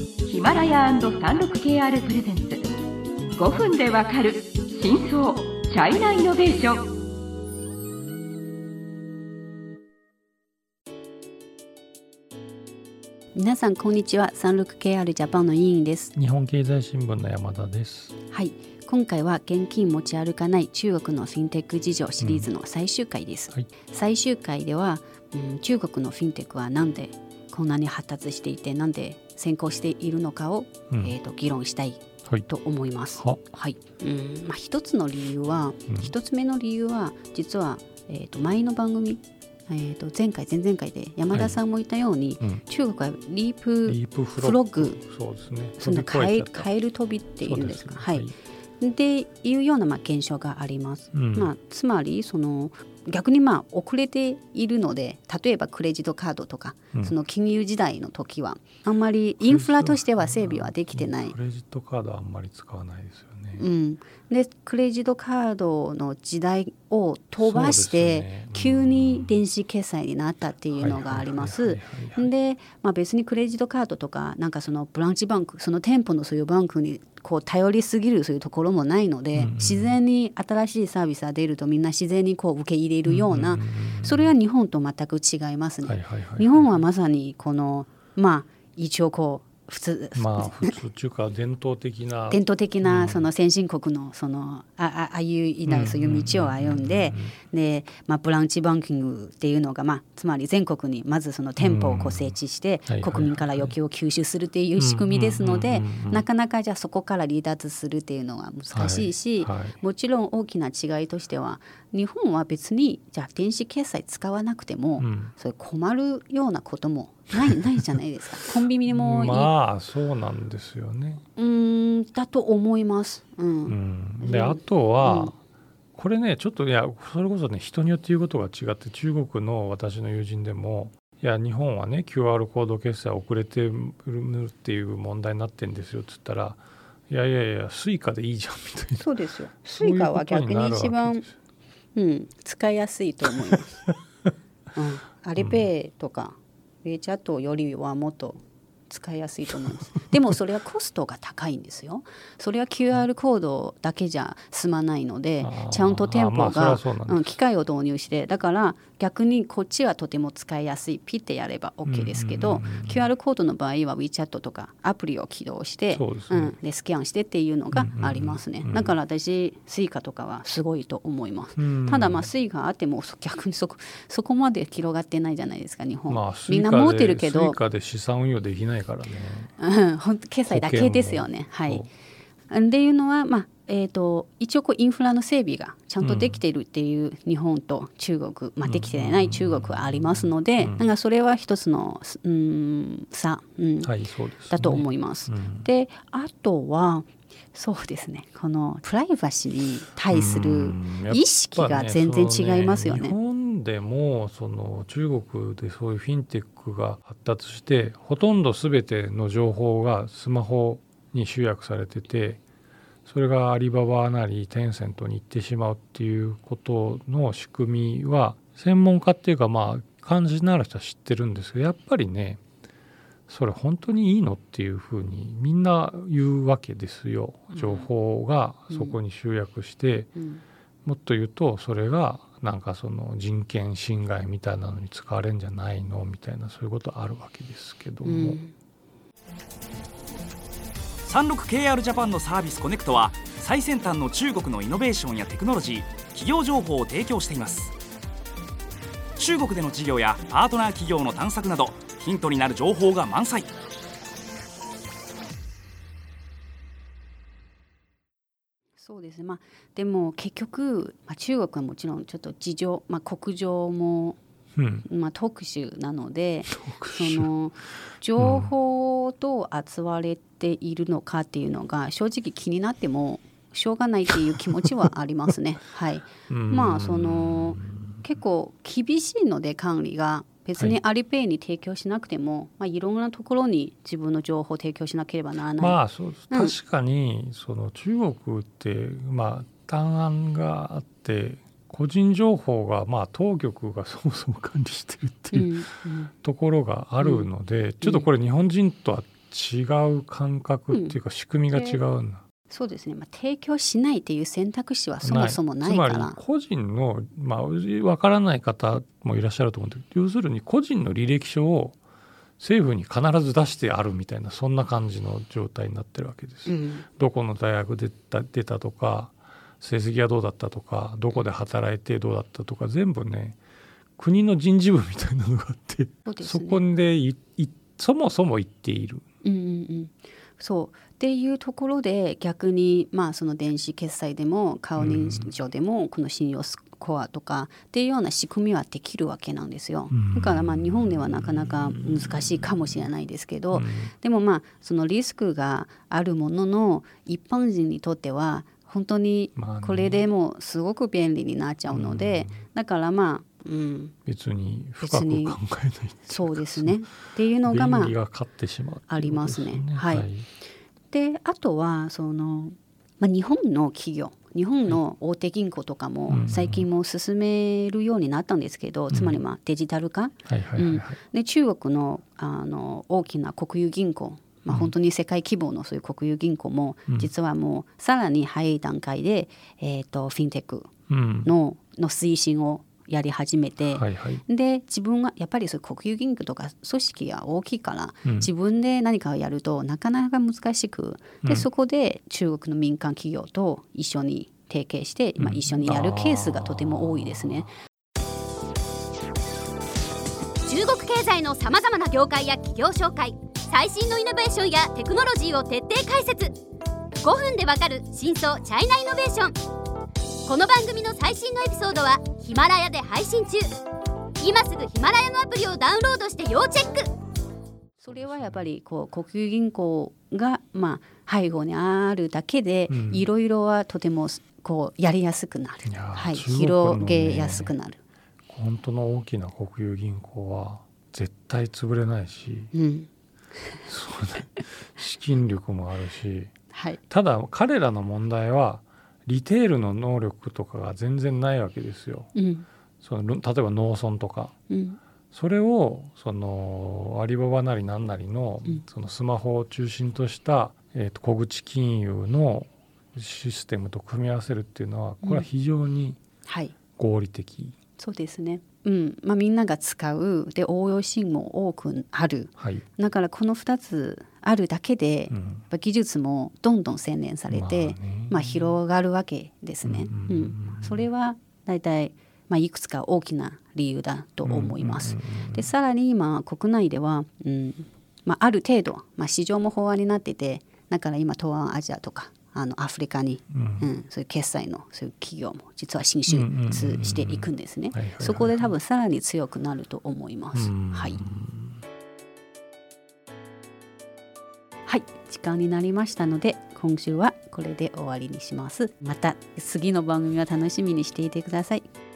ヒマラヤ &36KR プレゼンツ5分でわかる真相チャイナイノベーション。 皆さんこんにちは。 36KR ジャパンの委員です。 日本経済新聞の山田です。 はい、今回は現金持ち歩かない中国のフィンテック事情シリーズの最終回です。 はい、 最終回では、中国のフィンテックはなんでこんなに発達していて、なんで先行しているのかを、議論したいと思います。一つの理由は、一つ目の理由は実は、前の番組、前回前々回で山田さんも言ったように、中国はリープフロッグ、 そうですね、 そのカエル飛びっていうんですか、っていうような現象があります。つまりその逆に遅れているので、例えばクレジットカードとか、その金融時代の時はあんまりインフラとしては整備はできてない。 クレジットカードはあんまり使わないですよね。 でクレジットカードの時代を飛ばして急に電子決済になったっていうのがあります。で、別にクレジットカードとかなんかそのブランチバンク、その店舗のそういうバンクにこう頼りすぎるそういうところもないので、自然に新しいサービスが出るとみんな自然にこう受け入れるような、それは日本と全く違いますね。日本はまさにこの一応こう普通中華伝統的なその先進国のそのああいうそういう道を歩んで、ブランチバンキングっていうのが、つまり全国にまずその店舗をこう設置して国民から預金を吸収するっていう仕組みですので、なかなかじゃあそこから離脱するっていうのは難しいし、もちろん大きな違いとしては、日本は別にじゃあ電子決済使わなくても、それ困るようなこともないじゃないですか。コンビニもいい。 そうなんですよね。 だと思います。 であとは、これねちょっとそれこそね人によって言うことが違って、中国の私の友人でも日本はね QR コード決済遅れてるっていう問題になってるんですよって言ったら、スイカでいいじゃんみたいな。そうですよ。スイカは逆に一番使いやすいと思います。アリペイとかウェイチャットよりはもっと使いやすいと思います。でもそれはコストが高いんですよ。それは QR コードだけじゃ済まないので、ちゃんと店舗が機械を導入して、だから逆にこっちはとても使いやすい、ピッてやれば OK ですけど、QR コードの場合は WeChat とかアプリを起動して、でスキャンしてっていうのがありますね。だから私スイカとかはすごいと思います。ただスイカあっても逆にそこまで広がってないじゃないですか、日本。みんな持ってるけどスイカで資産運用できないからね。 本当決済だけですよね。っていうのは、一応インフラの整備がちゃんとできているっていう日本と中国、できてない中国はありますので、なんかそれは一つの、差、だと思います。であとはそうですね、このプライバシーに対する意識が全然違いますよね。 日本でもその中国でそういうフィンテックが発達して、ほとんど全ての情報がスマホに集約されてて、それがアリババなりテンセントに行ってしまうっていうことの仕組みは、専門家っていうか感じになる人は知ってるんですけど、やっぱりねそれ本当にいいのっていうふうにみんな言うわけですよ。情報がそこに集約して、もっと言うとそれがなんかその人権侵害みたいなのに使われるんじゃないのみたいな、そういうことあるわけですけども、 36KR ジャパンのサービスコネクトは、最先端の中国のイノベーションやテクノロジー、企業情報を提供しています。中国での事業やパートナー企業の探索など、ヒントになる情報が満載。 そうですね。でも結局、中国はもちろんちょっと事情、国情も、特殊なので、その情報と扱われているのかっていうのが正直気になってもしょうがないっていう気持ちはありますね。その結構厳しいので、管理が別にアリペイに提供しなくても、いろんなところに自分の情報を提供しなければならない。 そうです。確かにその中国って単案があって、個人情報が当局がそもそも管理してるっていうところがあるので、ちょっとこれ日本人とは違う感覚っていうか仕組みが違うんだ。 そうですね、提供しないっていう選択肢はそもそもないから。 つまり個人の、分からない方もいらっしゃると思うんだけど、要するに個人の履歴書を政府に必ず出してあるみたいな、そんな感じの状態になってるわけです、どこの大学出たとか、成績がどうだったとか、どこで働いてどうだったとか、全部ね国の人事部みたいなのがあって、 そこでそもそも言っている、 そうっていうところで、逆にその電子決済でも顔認証でもこの信用スコアとかっていうような仕組みはできるわけなんですよ。だから日本ではなかなか難しいかもしれないですけど、でもそのリスクがあるものの一般人にとっては本当にこれでもすごく便利になっちゃうので、だから別に深く考えないそうですねっていうのが便利が勝ってしまう、 ありますね。はい。であとはその、日本の企業、日本の大手銀行とかも最近も進めるようになったんですけど、つまりデジタル化、で中国の大きな国有銀行、本当に世界規模のそういう国有銀行も実はもうさらに早い段階で、フィンテックの推進をやり始めて、で自分はやっぱりそういう国有銀行とか組織が大きいから、自分で何かをやるとなかなか難しく、でそこで中国の民間企業と一緒に提携して、一緒にやるケースがとても多いですね。 中国経済のさまざまな業界や企業紹介、最新のイノベーションやテクノロジーを徹底解説。5分でわかる真相チャイナイノベーション。この番組の最新のエピソードはヒマラヤで配信中。今すぐヒマラヤのアプリをダウンロードして要チェック。 それはやっぱり国有銀行が背後にあるだけで、いろいろはとてもやりやすくなる、広げやすくなる。 本当の大きな国有銀行は絶対潰れないし、資金力もあるし、ただ彼らの問題はリテールの能力とかが全然ないわけですよ、その例えば農村とか、それをそのアリババなり何なりの、そのスマホを中心とした、小口金融のシステムと組み合わせるっていうのは、これは非常に合理的、 そうですね、みんなが使うで応用シーンも多くある、だからこの2つあるだけで、技術もどんどん洗練されて、広がるわけですね、それはだいたいいくつか大きな理由だと思います。でさらに今国内では、ある程度、市場も飽和になってて、だから今東南アジアとかアフリカに、そういう決済のそういう企業も実は進出していくんですね。そこで多分さらに強くなると思います。はい、時間になりましたので今週はこれで終わりにします。また次の番組は楽しみにしていてください。